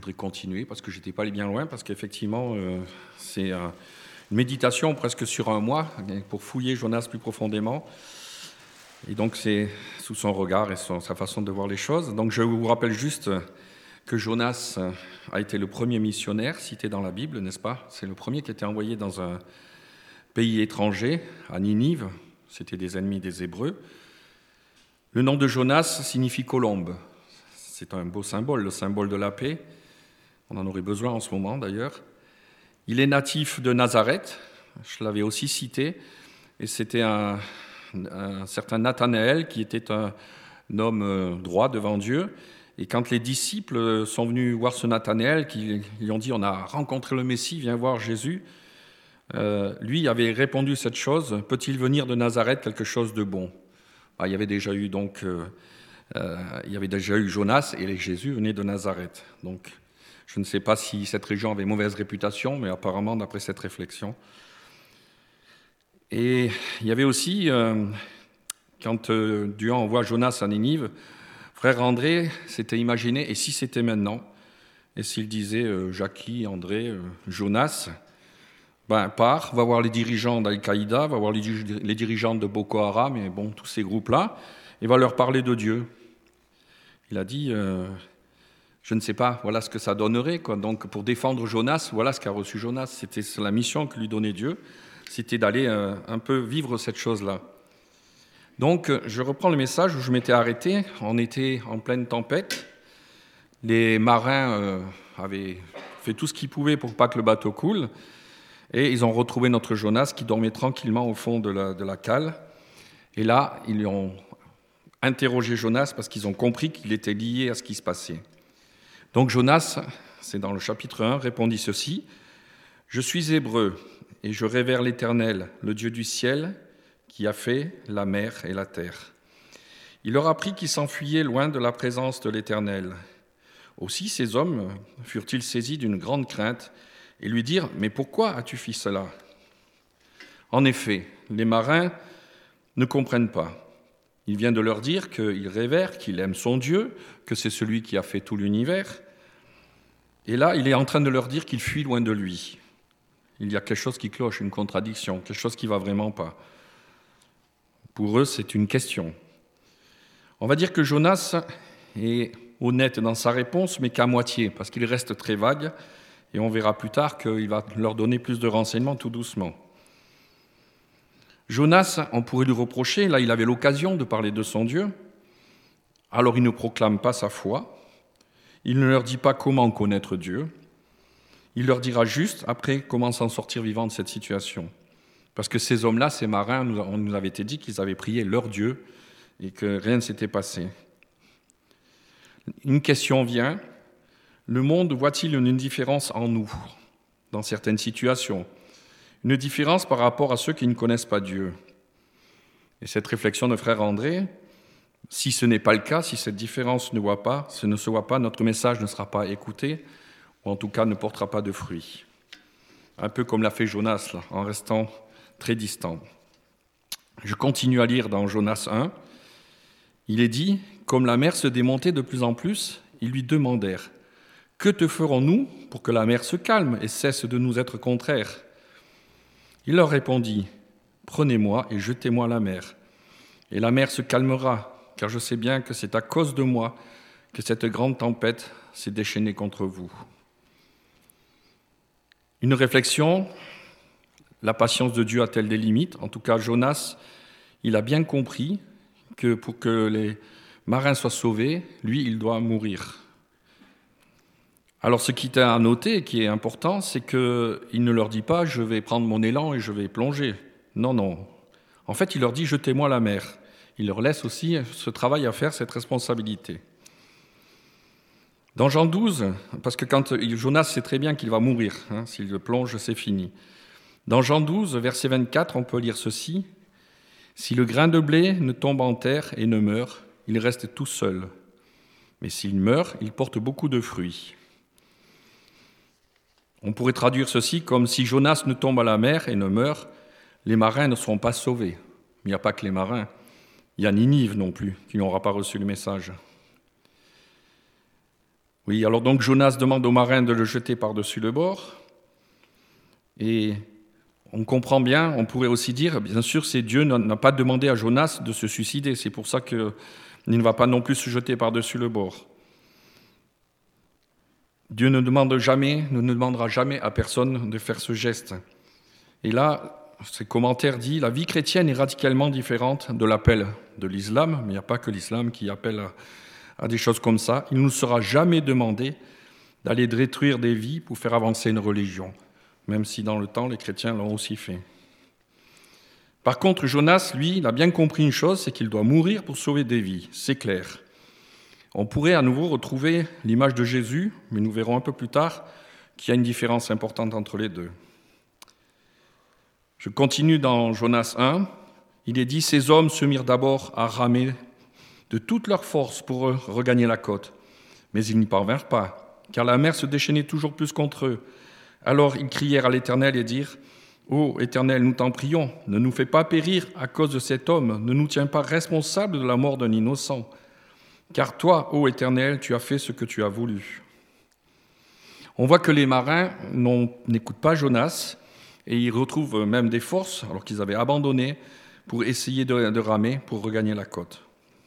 Je voudrais continuer parce que je n'étais pas allé bien loin, parce qu'effectivement, c'est une méditation presque sur un mois pour fouiller Jonas plus profondément. Et donc, c'est sous son regard et sa façon de voir les choses. Donc, je vous rappelle juste que Jonas a été le premier missionnaire cité dans la Bible, n'est-ce pas ? C'est le premier qui a été envoyé dans un pays étranger, à Ninive. C'était des ennemis des Hébreux. Le nom de Jonas signifie colombe. C'est un beau symbole, le symbole de la paix. On en aurait besoin en ce moment d'ailleurs. Il est natif de Nazareth, je l'avais aussi cité, et c'était un certain Nathanaël qui était un homme droit devant Dieu. Et quand les disciples sont venus voir ce Nathanaël, qui lui ont dit « On a rencontré le Messie, viens voir Jésus », lui avait répondu cette chose « Peut-il venir de Nazareth quelque chose de bon ?» Il y avait déjà eu Jonas et Jésus venait de Nazareth. Donc, je ne sais pas si cette région avait mauvaise réputation, mais apparemment, d'après cette réflexion. Et il y avait aussi, quand Dieu envoie Jonas à Ninive, frère André s'était imaginé, et si c'était maintenant ? Et s'il disait Jackie, André, Jonas, part, va voir les dirigeants d'Al-Qaïda, va voir les dirigeants de Boko Haram, et bon, tous ces groupes-là, et va leur parler de Dieu. Il a dit... Je ne sais pas, voilà ce que ça donnerait, quoi. Donc, pour défendre Jonas, voilà ce qu'a reçu Jonas. C'était la mission que lui donnait Dieu, c'était d'aller un peu vivre cette chose-là. Donc, je reprends le message où je m'étais arrêté. On était en pleine tempête. Les marins avaient fait tout ce qu'ils pouvaient pour pas que le bateau coule. Et ils ont retrouvé notre Jonas qui dormait tranquillement au fond de la cale. Et là, ils ont interrogé Jonas parce qu'ils ont compris qu'il était lié à ce qui se passait. Donc Jonas, c'est dans le chapitre 1, répondit ceci : « Je suis hébreu et je révère l'Éternel, le Dieu du ciel, qui a fait la mer et la terre. » Il leur apprit qu'ils s'enfuyaient loin de la présence de l'Éternel. Aussi ces hommes furent-ils saisis d'une grande crainte et lui dirent : « Mais pourquoi as-tu fait cela ?» En effet, les marins ne comprennent pas. Il vient de leur dire qu'il révère, qu'il aime son Dieu, que c'est celui qui a fait tout l'univers. Et là, il est en train de leur dire qu'il fuit loin de lui. Il y a quelque chose qui cloche, une contradiction, quelque chose qui ne va vraiment pas. Pour eux, c'est une question. On va dire que Jonas est honnête dans sa réponse, mais qu'à moitié, parce qu'il reste très vague, et on verra plus tard qu'il va leur donner plus de renseignements tout doucement. Jonas, on pourrait lui reprocher, là il avait l'occasion de parler de son Dieu, alors il ne proclame pas sa foi, il ne leur dit pas comment connaître Dieu, il leur dira juste après comment s'en sortir vivant de cette situation. Parce que ces hommes-là, ces marins, on nous avait été dit qu'ils avaient prié leur Dieu et que rien ne s'était passé. Une question vient, le monde voit-il une différence en nous, dans certaines situations ? Une différence par rapport à ceux qui ne connaissent pas Dieu. Et cette réflexion de frère André, si ce n'est pas le cas, si cette différence ne se voit pas, notre message ne sera pas écouté, ou en tout cas ne portera pas de fruits. Un peu comme l'a fait Jonas, là, en restant très distant. Je continue à lire dans Jonas 1. Il est dit, comme la mer se démontait de plus en plus, ils lui demandèrent : « Que te ferons-nous pour que la mer se calme et cesse de nous être contraire ?» Il leur répondit : « Prenez-moi et jetez-moi à la mer, et la mer se calmera, car je sais bien que c'est à cause de moi que cette grande tempête s'est déchaînée contre vous. » Une réflexion, la patience de Dieu a-t-elle des limites ? En tout cas, Jonas, il a bien compris que pour que les marins soient sauvés, lui, il doit mourir. Alors ce qui est à noter et qui est important, c'est qu'il ne leur dit pas « je vais prendre mon élan et je vais plonger ». Non, non. En fait, il leur dit « jetez-moi à la mer ». Il leur laisse aussi ce travail à faire, cette responsabilité. Dans Jean 12, parce que quand Jonas sait très bien qu'il va mourir, s'il le plonge, c'est fini. Dans Jean 12, verset 24, on peut lire ceci : « Si le grain de blé ne tombe en terre et ne meurt, il reste tout seul. Mais s'il meurt, il porte beaucoup de fruits. » On pourrait traduire ceci comme « si Jonas ne tombe à la mer et ne meurt, les marins ne seront pas sauvés. » Mais il n'y a pas que les marins, il y a Ninive non plus, qui n'aura pas reçu le message. Oui, alors donc Jonas demande aux marins de le jeter par-dessus le bord. Et on comprend bien, on pourrait aussi dire, bien sûr, c'est Dieu n'a pas demandé à Jonas de se suicider. C'est pour ça qu'il ne va pas non plus se jeter par-dessus le bord. Dieu ne demandera jamais à personne de faire ce geste. Et là, ces commentaires disent, la vie chrétienne est radicalement différente de l'appel de l'islam, mais il n'y a pas que l'islam qui appelle à des choses comme ça. Il ne nous sera jamais demandé d'aller détruire des vies pour faire avancer une religion, même si dans le temps, les chrétiens l'ont aussi fait. Par contre, Jonas, lui, il a bien compris une chose, c'est qu'il doit mourir pour sauver des vies, c'est clair. On pourrait à nouveau retrouver l'image de Jésus, mais nous verrons un peu plus tard qu'il y a une différence importante entre les deux. Je continue dans Jonas 1. Il est dit, ces hommes se mirent d'abord à ramer de toute leur force pour regagner la côte. Mais ils n'y parvinrent pas, car la mer se déchaînait toujours plus contre eux. Alors ils crièrent à l'Éternel et dirent, « Ô Éternel, nous t'en prions, ne nous fais pas périr à cause de cet homme, ne nous tiens pas responsables de la mort d'un innocent. Car toi, ô Éternel, tu as fait ce que tu as voulu. » On voit que les marins n'écoutent pas Jonas, et ils retrouvent même des forces, alors qu'ils avaient abandonné, pour essayer de ramer, pour regagner la côte.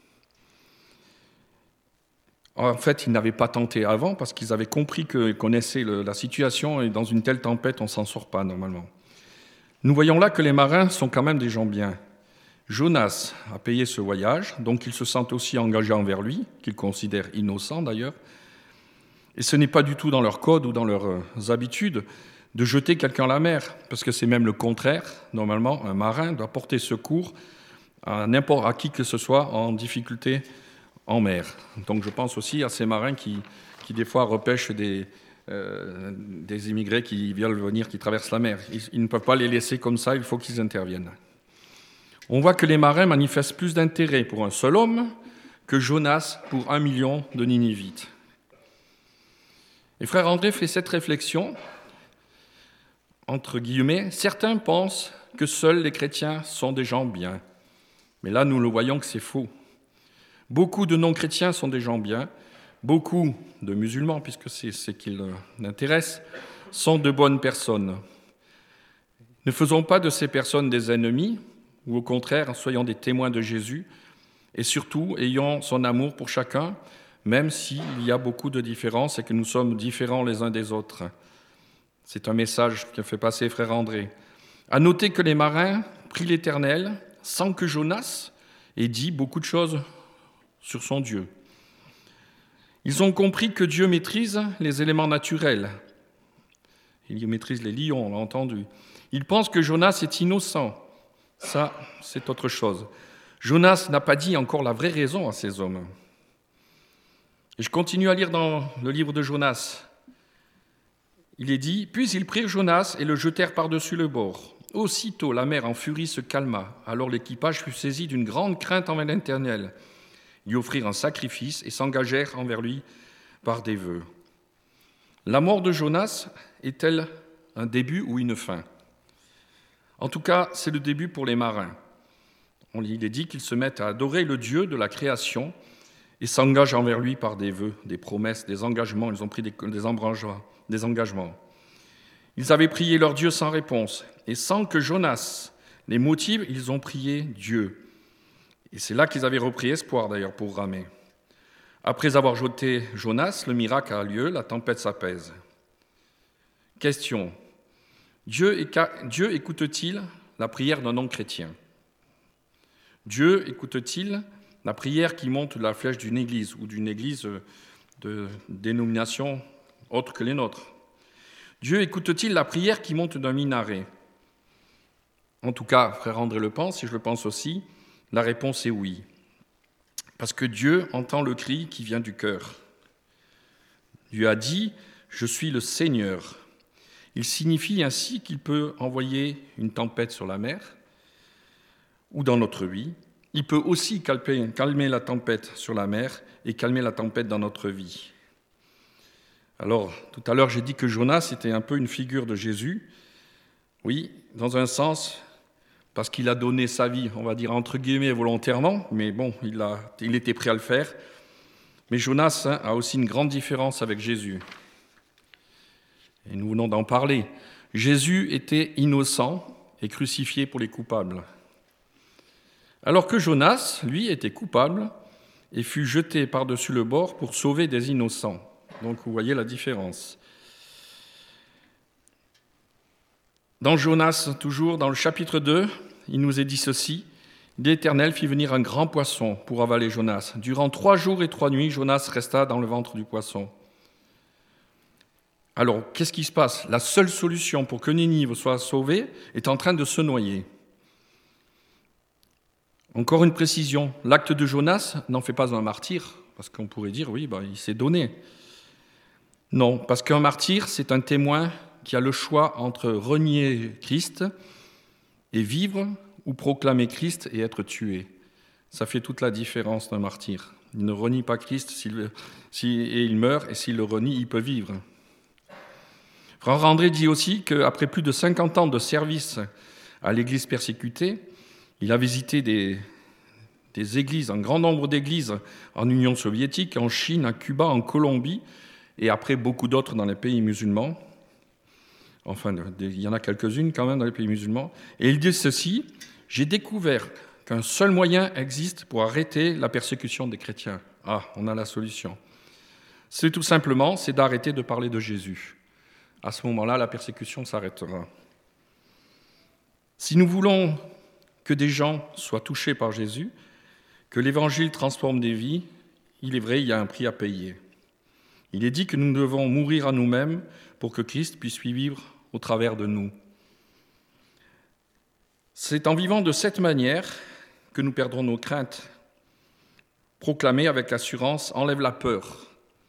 En fait, ils n'avaient pas tenté avant, parce qu'ils avaient compris qu'ils connaissaient la situation, et dans une telle tempête, on ne s'en sort pas normalement. Nous voyons là que les marins sont quand même des gens bien. Jonas a payé ce voyage, donc ils se sentent aussi engagés envers lui, qu'ils considèrent innocent d'ailleurs, et ce n'est pas du tout dans leur code ou dans leurs habitudes de jeter quelqu'un à la mer, parce que c'est même le contraire. Normalement, un marin doit porter secours à n'importe qui que ce soit en difficulté en mer. Donc je pense aussi à ces marins qui des fois repêchent des immigrés qui veulent venir, qui traversent la mer. Ils ne peuvent pas les laisser comme ça, il faut qu'ils interviennent. On voit que les marins manifestent plus d'intérêt pour un seul homme que Jonas pour 1 million de Ninivites. Et frère André fait cette réflexion, entre guillemets, certains pensent que seuls les chrétiens sont des gens bien. Mais là, nous le voyons que c'est faux. Beaucoup de non-chrétiens sont des gens bien. Beaucoup de musulmans, puisque c'est ce qui l'intéresse, sont de bonnes personnes. Ne faisons pas de ces personnes des ennemis, ou au contraire, soyons des témoins de Jésus, et surtout, ayons son amour pour chacun, même s'il y a beaucoup de différences et que nous sommes différents les uns des autres. C'est un message qu'a fait passer frère André. À noter que les marins prient l'Éternel sans que Jonas ait dit beaucoup de choses sur son Dieu. Ils ont compris que Dieu maîtrise les éléments naturels. Il maîtrise les lions, on l'a entendu. Ils pensent que Jonas est innocent. Ça, c'est autre chose. Jonas n'a pas dit encore la vraie raison à ces hommes. Et je continue à lire dans le livre de Jonas. Il est dit, « Puis ils prirent Jonas et le jetèrent par-dessus le bord. Aussitôt la mer en furie se calma. Alors l'équipage fut saisi d'une grande crainte envers l'Éternel. Lui offrirent un sacrifice et s'engagèrent envers lui par des vœux. » La mort de Jonas est-elle un début ou une fin ? En tout cas, c'est le début pour les marins. Il est dit qu'ils se mettent à adorer le Dieu de la création et s'engagent envers lui par des vœux, des promesses, des engagements. Ils ont pris des engagements. Ils avaient prié leur Dieu sans réponse. Et sans que Jonas les motive, ils ont prié Dieu. Et c'est là qu'ils avaient repris espoir d'ailleurs pour ramer. Après avoir jeté Jonas, le miracle a lieu, la tempête s'apaise. Question. Dieu écoute-t-il la prière d'un non-chrétien ? Dieu écoute-t-il la prière qui monte de la flèche d'une église ou d'une église de dénomination autre que les nôtres ? Dieu écoute-t-il la prière qui monte d'un minaret ? En tout cas, frère André le pense, et je le pense aussi, la réponse est oui. Parce que Dieu entend le cri qui vient du cœur. Dieu a dit « Je suis le Seigneur ». Il signifie ainsi qu'il peut envoyer une tempête sur la mer ou dans notre vie. Il peut aussi calmer la tempête sur la mer et calmer la tempête dans notre vie. Alors, tout à l'heure, j'ai dit que Jonas était un peu une figure de Jésus. Oui, dans un sens, parce qu'il a donné sa vie, on va dire entre guillemets volontairement, mais bon, il était prêt à le faire. Mais Jonas a aussi une grande différence avec Jésus. Et nous venons d'en parler. Jésus était innocent et crucifié pour les coupables. Alors que Jonas, lui, était coupable et fut jeté par-dessus le bord pour sauver des innocents. Donc vous voyez la différence. Dans Jonas, toujours dans le chapitre 2, il nous est dit ceci. L'Éternel fit venir un grand poisson pour avaler Jonas. Durant 3 jours et 3 nuits, Jonas resta dans le ventre du poisson. Alors, qu'est-ce qui se passe ? La seule solution pour que Ninive soit sauvée est en train de se noyer. Encore une précision, l'acte de Jonas n'en fait pas un martyr, parce qu'on pourrait dire, oui, il s'est donné. Non, parce qu'un martyr, c'est un témoin qui a le choix entre renier Christ et vivre, ou proclamer Christ et être tué. Ça fait toute la différence d'un martyr. Il ne renie pas Christ et il meurt, et s'il le renie, il peut vivre. Frère André dit aussi qu'après plus de 50 ans de service à l'Église persécutée, il a visité des églises, un grand nombre d'églises en Union soviétique, en Chine, à Cuba, en Colombie, et après beaucoup d'autres dans les pays musulmans. Enfin, il y en a quelques-unes quand même dans les pays musulmans. Et il dit ceci, « J'ai découvert qu'un seul moyen existe pour arrêter la persécution des chrétiens. » Ah, on a la solution. C'est tout simplement, c'est d'arrêter de parler de Jésus. À ce moment-là, la persécution s'arrêtera. Si nous voulons que des gens soient touchés par Jésus, que l'Évangile transforme des vies, il est vrai, il y a un prix à payer. Il est dit que nous devons mourir à nous-mêmes pour que Christ puisse vivre au travers de nous. C'est en vivant de cette manière que nous perdrons nos craintes. Proclamer avec assurance enlève la peur.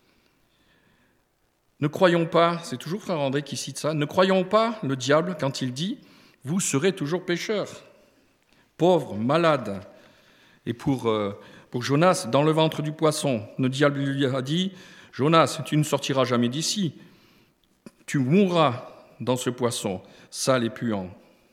Ne croyons pas, c'est toujours Frère André qui cite ça, ne croyons pas le diable quand il dit « vous serez toujours pécheurs, pauvres, malades ». Et pour Jonas, dans le ventre du poisson, le diable lui a dit « Jonas, tu ne sortiras jamais d'ici, tu mourras dans ce poisson, sale et puant ».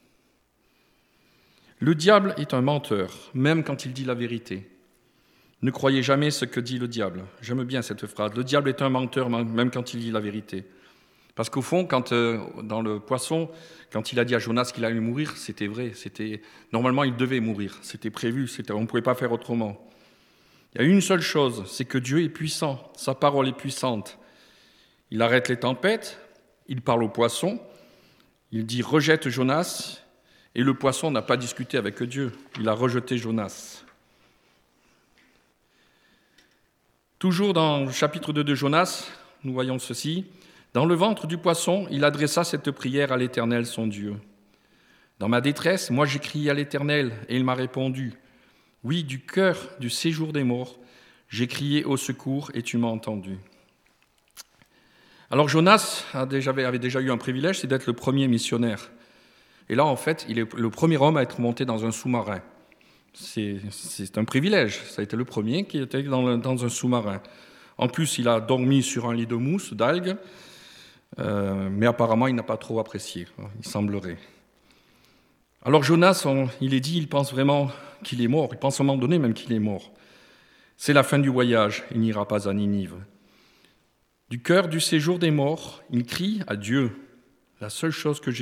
Le diable est un menteur, même quand il dit la vérité. Ne croyez jamais ce que dit le diable. J'aime bien cette phrase. Le diable est un menteur, même quand il dit la vérité. Parce qu'au fond, dans le poisson, quand il a dit à Jonas qu'il allait mourir, c'était vrai. Normalement, il devait mourir. C'était prévu. On ne pouvait pas faire autrement. Il y a une seule chose, c'est que Dieu est puissant. Sa parole est puissante. Il arrête les tempêtes. Il parle au poisson. Il dit « rejette Jonas ». Et le poisson n'a pas discuté avec Dieu, il a rejeté Jonas. Toujours dans le chapitre 2 de Jonas, nous voyons ceci. Dans le ventre du poisson, il adressa cette prière à l'Éternel, son Dieu. Dans ma détresse, moi j'ai crié à l'Éternel, et il m'a répondu. Oui, du cœur du séjour des morts, j'ai crié au secours, et tu m'as entendu. Alors Jonas avait déjà eu un privilège, c'est d'être le premier missionnaire. Et là, en fait, il est le premier homme à être monté dans un sous-marin. C'est un privilège. Ça a été le premier qui était dans un sous-marin. En plus, il a dormi sur un lit de mousse, d'algues, mais apparemment, il n'a pas trop apprécié, il semblerait. Alors Jonas, il est dit, il pense vraiment qu'il est mort. Il pense à un moment donné même qu'il est mort. C'est la fin du voyage. Il n'ira pas à Ninive. Du cœur du séjour des morts, il crie à Dieu. La seule chose que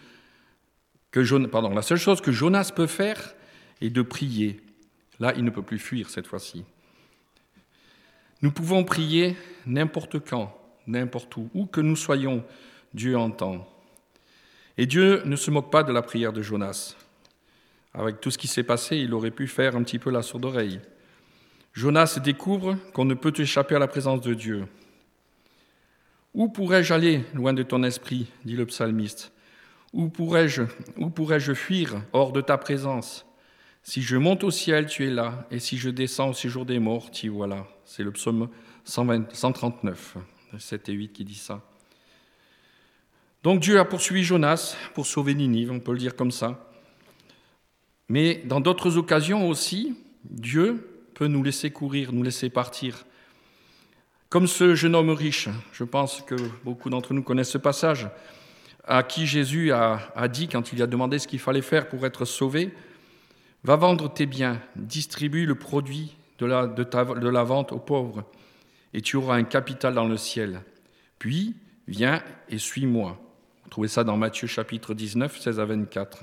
Jonas peut faire est de prier. Là, il ne peut plus fuir cette fois-ci. Nous pouvons prier n'importe quand, n'importe où que nous soyons, Dieu entend. Et Dieu ne se moque pas de la prière de Jonas. Avec tout ce qui s'est passé, il aurait pu faire un petit peu la sourde oreille. Jonas découvre qu'on ne peut échapper à la présence de Dieu. Où pourrais-je aller loin de ton esprit, dit le psalmiste. Où pourrais-je fuir hors de ta présence? Si je monte au ciel, tu es là, et si je descends au séjour des morts, t'y voilà. C'est le psaume 139, 7 et 8 qui dit ça. Donc Dieu a poursuivi Jonas pour sauver Ninive, on peut le dire comme ça. Mais dans d'autres occasions aussi, Dieu peut nous laisser courir, nous laisser partir. Comme ce jeune homme riche, je pense que beaucoup d'entre nous connaissent ce passage, à qui Jésus a dit, quand il lui a demandé ce qu'il fallait faire pour être sauvé, « Va vendre tes biens, distribue le produit de la vente aux pauvres, et tu auras un capital dans le ciel. Puis, viens et suis-moi. Vous trouvez ça dans Matthieu chapitre 19, 16 à 24.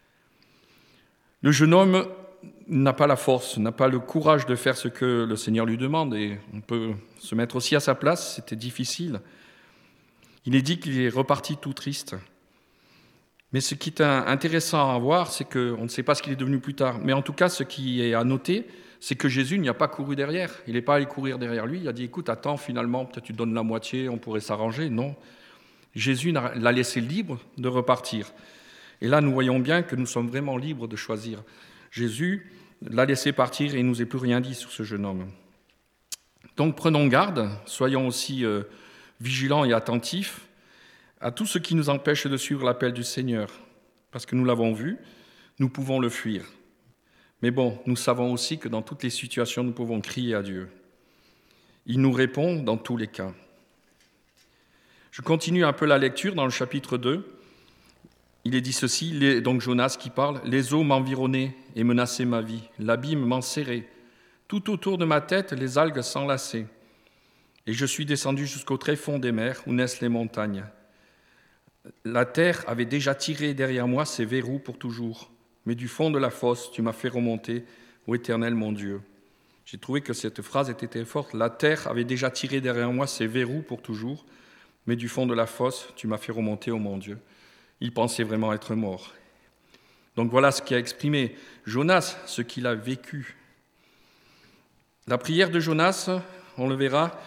Le jeune homme n'a pas la force, n'a pas le courage de faire ce que le Seigneur lui demande, et on peut se mettre aussi à sa place, c'était difficile. Il est dit qu'il est reparti tout triste. Mais ce qui est intéressant à voir, c'est qu'on ne sait pas ce qu'il est devenu plus tard. Mais en tout cas, ce qui est à noter, c'est que Jésus n'y a pas couru derrière. Il n'est pas allé courir derrière lui. Il a dit, écoute, attends, finalement, peut-être tu donnes la moitié, on pourrait s'arranger. Non. Jésus l'a laissé libre de repartir. Et là, nous voyons bien que nous sommes vraiment libres de choisir. Jésus l'a laissé partir et il ne nous est plus rien dit sur ce jeune homme. Donc prenons garde, soyons aussi vigilants et attentifs à tout ce qui nous empêche de suivre l'appel du Seigneur. Parce que nous l'avons vu, nous pouvons le fuir. Mais bon, nous savons aussi que dans toutes les situations, nous pouvons crier à Dieu. Il nous répond dans tous les cas. Je continue un peu la lecture dans le chapitre 2. Il est dit ceci, donc Jonas qui parle, « Les eaux m'environnaient et menaçaient ma vie, l'abîme m'enserrait. Tout autour de ma tête, les algues s'enlaçaient. Et je suis descendu jusqu'au tréfonds des mers où naissent les montagnes. La terre avait déjà tiré derrière moi ses verrous pour toujours. Mais du fond de la fosse, tu m'as fait remonter, ô Éternel mon Dieu. » J'ai trouvé que cette phrase était très forte. La terre avait déjà tiré derrière moi ses verrous pour toujours. Mais du fond de la fosse, tu m'as fait remonter, ô mon Dieu. Il pensait vraiment être mort. Donc voilà ce qu'a exprimé Jonas, ce qu'il a vécu. La prière de Jonas, on le verra,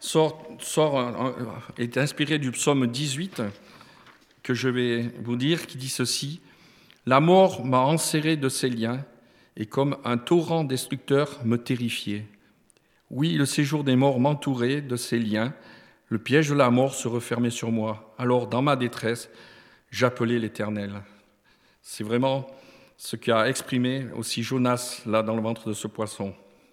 est inspirée du psaume 18, que je vais vous dire, qui dit ceci. « La mort m'a enserré de ses liens, et comme un torrent destructeur me terrifiait. Oui, le séjour des morts m'entourait de ses liens, le piège de la mort se refermait sur moi. Alors, dans ma détresse, j'appelais l'Éternel. » C'est vraiment ce qu'a exprimé aussi Jonas, là, dans le ventre de ce poisson.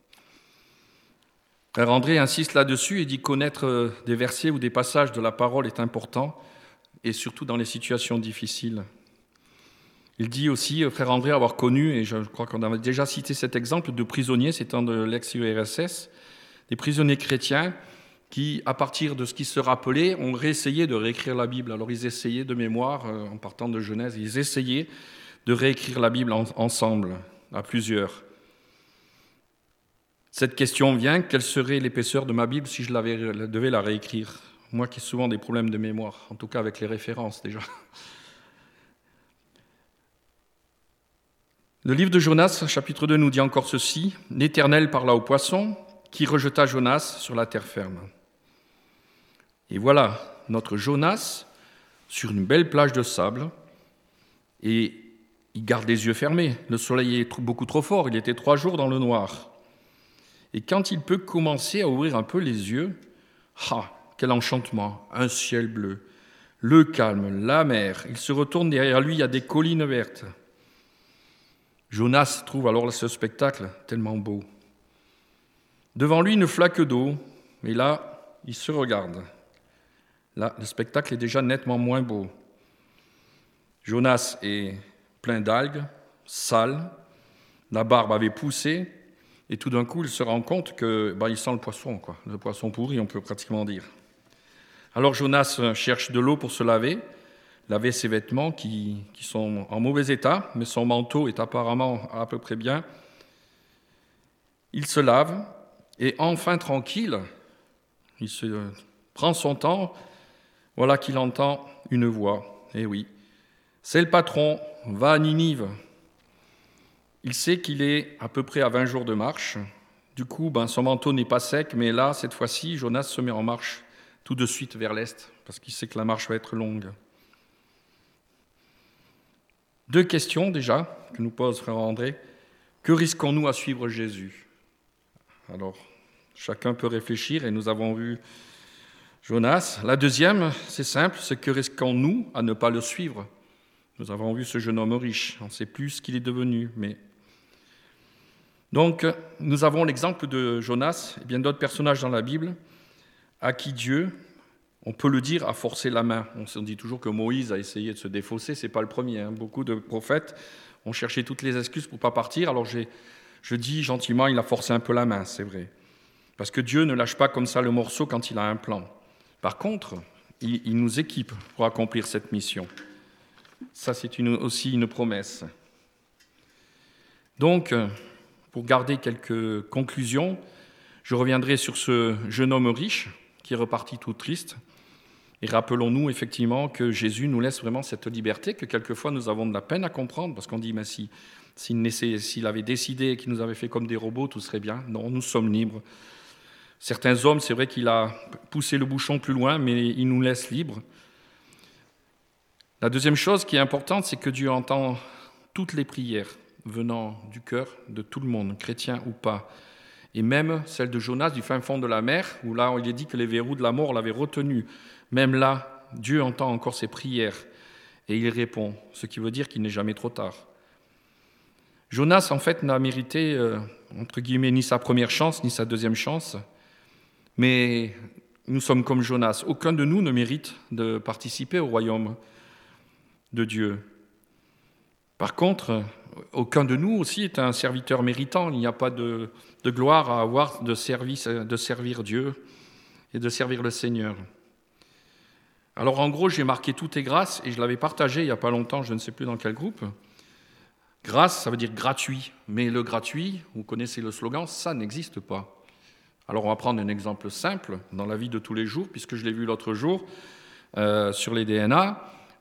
Frère André insiste là-dessus et dit connaître des versets ou des passages de la parole est important, et surtout dans les situations difficiles. Il dit aussi, frère André, avoir connu, et je crois qu'on avait déjà cité cet exemple, de prisonniers, c'est un de l'ex-URSS, des prisonniers chrétiens qui, à partir de ce qu'ils se rappelaient, ont réessayé de réécrire la Bible. Alors ils essayaient de mémoire, en partant de Genèse, ils essayaient de réécrire la Bible ensemble, à plusieurs. Cette question vient, quelle serait l'épaisseur de ma Bible si je devais la réécrire ? Moi qui ai souvent des problèmes de mémoire, en tout cas avec les références déjà. Le livre de Jonas, chapitre 2, nous dit encore ceci. « L'Éternel parla au poisson, qui rejeta Jonas sur la terre ferme. » Et voilà notre Jonas sur une belle plage de sable, et il garde les yeux fermés. Le soleil est beaucoup trop fort, il était 3 jours dans le noir. Et quand il peut commencer à ouvrir un peu les yeux, quel enchantement, un ciel bleu, le calme, la mer. Il se retourne derrière lui, il y a des collines vertes. Jonas trouve alors ce spectacle tellement beau. Devant lui, une flaque d'eau, et là, il se regarde. Là, le spectacle est déjà nettement moins beau. Jonas est plein d'algues, sale, la barbe avait poussé, et tout d'un coup, il se rend compte qu'il sent le poisson pourri, on peut pratiquement dire. Alors Jonas cherche de l'eau pour se laver ses vêtements qui sont en mauvais état, mais son manteau est apparemment à peu près bien. Il se lave, et enfin tranquille, il se prend son temps, voilà qu'il entend une voix. Eh oui, c'est le patron, va à Ninive. Il sait qu'il est à peu près à 20 jours de marche. Du coup, son manteau n'est pas sec, mais là, cette fois-ci, Jonas se met en marche tout de suite vers l'est, parce qu'il sait que la marche va être longue. 2 questions déjà, que nous pose frère André. Que risquons-nous à suivre Jésus ? Alors, chacun peut réfléchir, et nous avons vu Jonas. La deuxième, c'est simple, c'est que risquons-nous à ne pas le suivre ? Nous avons vu ce jeune homme riche, on ne sait plus ce qu'il est devenu, mais... Donc, nous avons l'exemple de Jonas et bien d'autres personnages dans la Bible à qui Dieu, on peut le dire, a forcé la main. On se dit toujours que Moïse a essayé de se défausser, ce n'est pas le premier. Beaucoup de prophètes ont cherché toutes les excuses pour ne pas partir. Alors je dis gentiment, il a forcé un peu la main, c'est vrai. Parce que Dieu ne lâche pas comme ça le morceau quand il a un plan. Par contre, il nous équipe pour accomplir cette mission. Ça, c'est aussi une promesse. Donc, pour garder quelques conclusions, je reviendrai sur ce jeune homme riche qui est reparti tout triste. Et rappelons-nous effectivement que Jésus nous laisse vraiment cette liberté que quelquefois nous avons de la peine à comprendre, parce qu'on dit, mais s'il avait décidé qu'il nous avait fait comme des robots, tout serait bien. Non, nous sommes libres. Certains hommes, c'est vrai qu'il a poussé le bouchon plus loin, mais il nous laisse libres. La deuxième chose qui est importante, c'est que Dieu entend toutes les prières venant du cœur de tout le monde, chrétien ou pas. Et même celle de Jonas du fin fond de la mer, où là il est dit que les verrous de la mort l'avaient retenu. Même là, Dieu entend encore ses prières et il répond, ce qui veut dire qu'il n'est jamais trop tard. Jonas, en fait, n'a mérité, entre guillemets, ni sa première chance, ni sa deuxième chance. Mais nous sommes comme Jonas. Aucun de nous ne mérite de participer au royaume de Dieu. Par contre, aucun de nous aussi est un serviteur méritant. Il n'y a pas de gloire à avoir de servir Dieu et de servir le Seigneur. Alors en gros, j'ai marqué « Tout est grâce » et je l'avais partagé il n'y a pas longtemps, je ne sais plus dans quel groupe. Grâce, ça veut dire gratuit. Mais le gratuit, vous connaissez le slogan, ça n'existe pas. Alors on va prendre un exemple simple dans la vie de tous les jours, puisque je l'ai vu l'autre jour sur les DNA.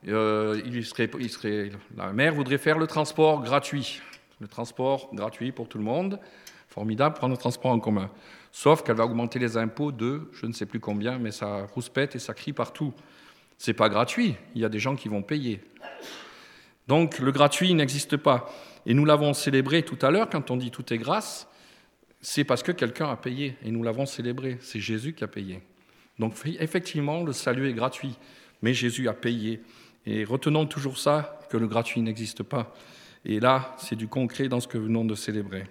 La maire voudrait faire le transport gratuit. Le transport gratuit pour tout le monde. Formidable, prendre le transport en commun. Sauf qu'elle va augmenter les impôts de je ne sais plus combien, mais ça rouspète et ça crie partout. C'est pas gratuit, il y a des gens qui vont payer. Donc le gratuit n'existe pas. Et nous l'avons célébré tout à l'heure, quand on dit tout est grâce, c'est parce que quelqu'un a payé, et nous l'avons célébré. C'est Jésus qui a payé. Donc effectivement, le salut est gratuit, mais Jésus a payé. Et retenons toujours ça, que le gratuit n'existe pas. Et là, c'est du concret dans ce que nous venons de célébrer.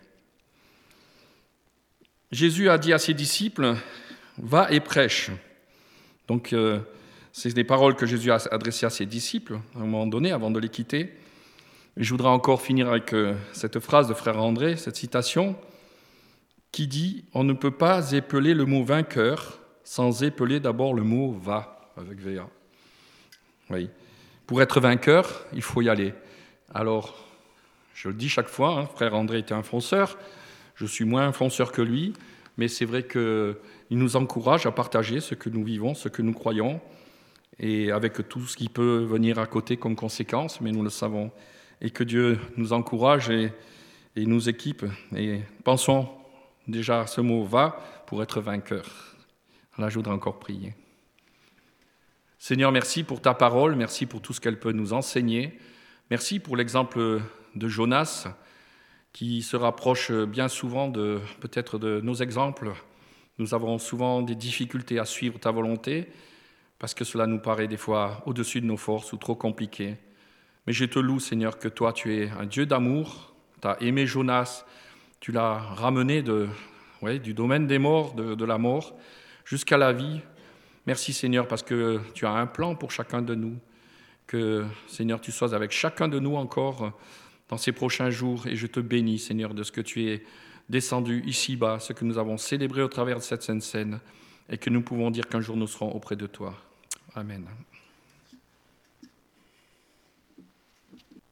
Jésus a dit à ses disciples, « Va et prêche ». Donc, c'est des paroles que Jésus a adressées à ses disciples, à un moment donné, avant de les quitter. Et je voudrais encore finir avec cette phrase de frère André, cette citation, qui dit « On ne peut pas épeler le mot vainqueur sans épeler d'abord le mot va », avec VA. Oui. Pour être vainqueur, il faut y aller. Alors, je le dis chaque fois, frère André était un fonceur, je suis moins un fonceur que lui, mais c'est vrai qu'il nous encourage à partager ce que nous vivons, ce que nous croyons, et avec tout ce qui peut venir à côté comme conséquence, mais nous le savons. Et que Dieu nous encourage et nous équipe. Et pensons déjà à ce mot « va » pour être vainqueur. Là, je voudrais encore prier. Seigneur, merci pour ta parole, merci pour tout ce qu'elle peut nous enseigner. Merci pour l'exemple de Jonas, qui se rapproche bien souvent peut-être de nos exemples. Nous avons souvent des difficultés à suivre ta volonté, parce que cela nous paraît des fois au-dessus de nos forces ou trop compliqué. Mais je te loue, Seigneur, que toi, tu es un Dieu d'amour. Tu as aimé Jonas, tu l'as ramené du domaine des morts, de la mort, jusqu'à la vie. Merci, Seigneur, parce que tu as un plan pour chacun de nous. Que, Seigneur, tu sois avec chacun de nous encore dans ces prochains jours. Et je te bénis, Seigneur, de ce que tu es descendu ici-bas, ce que nous avons célébré au travers de cette Sainte Seine, et que nous pouvons dire qu'un jour nous serons auprès de toi. Amen.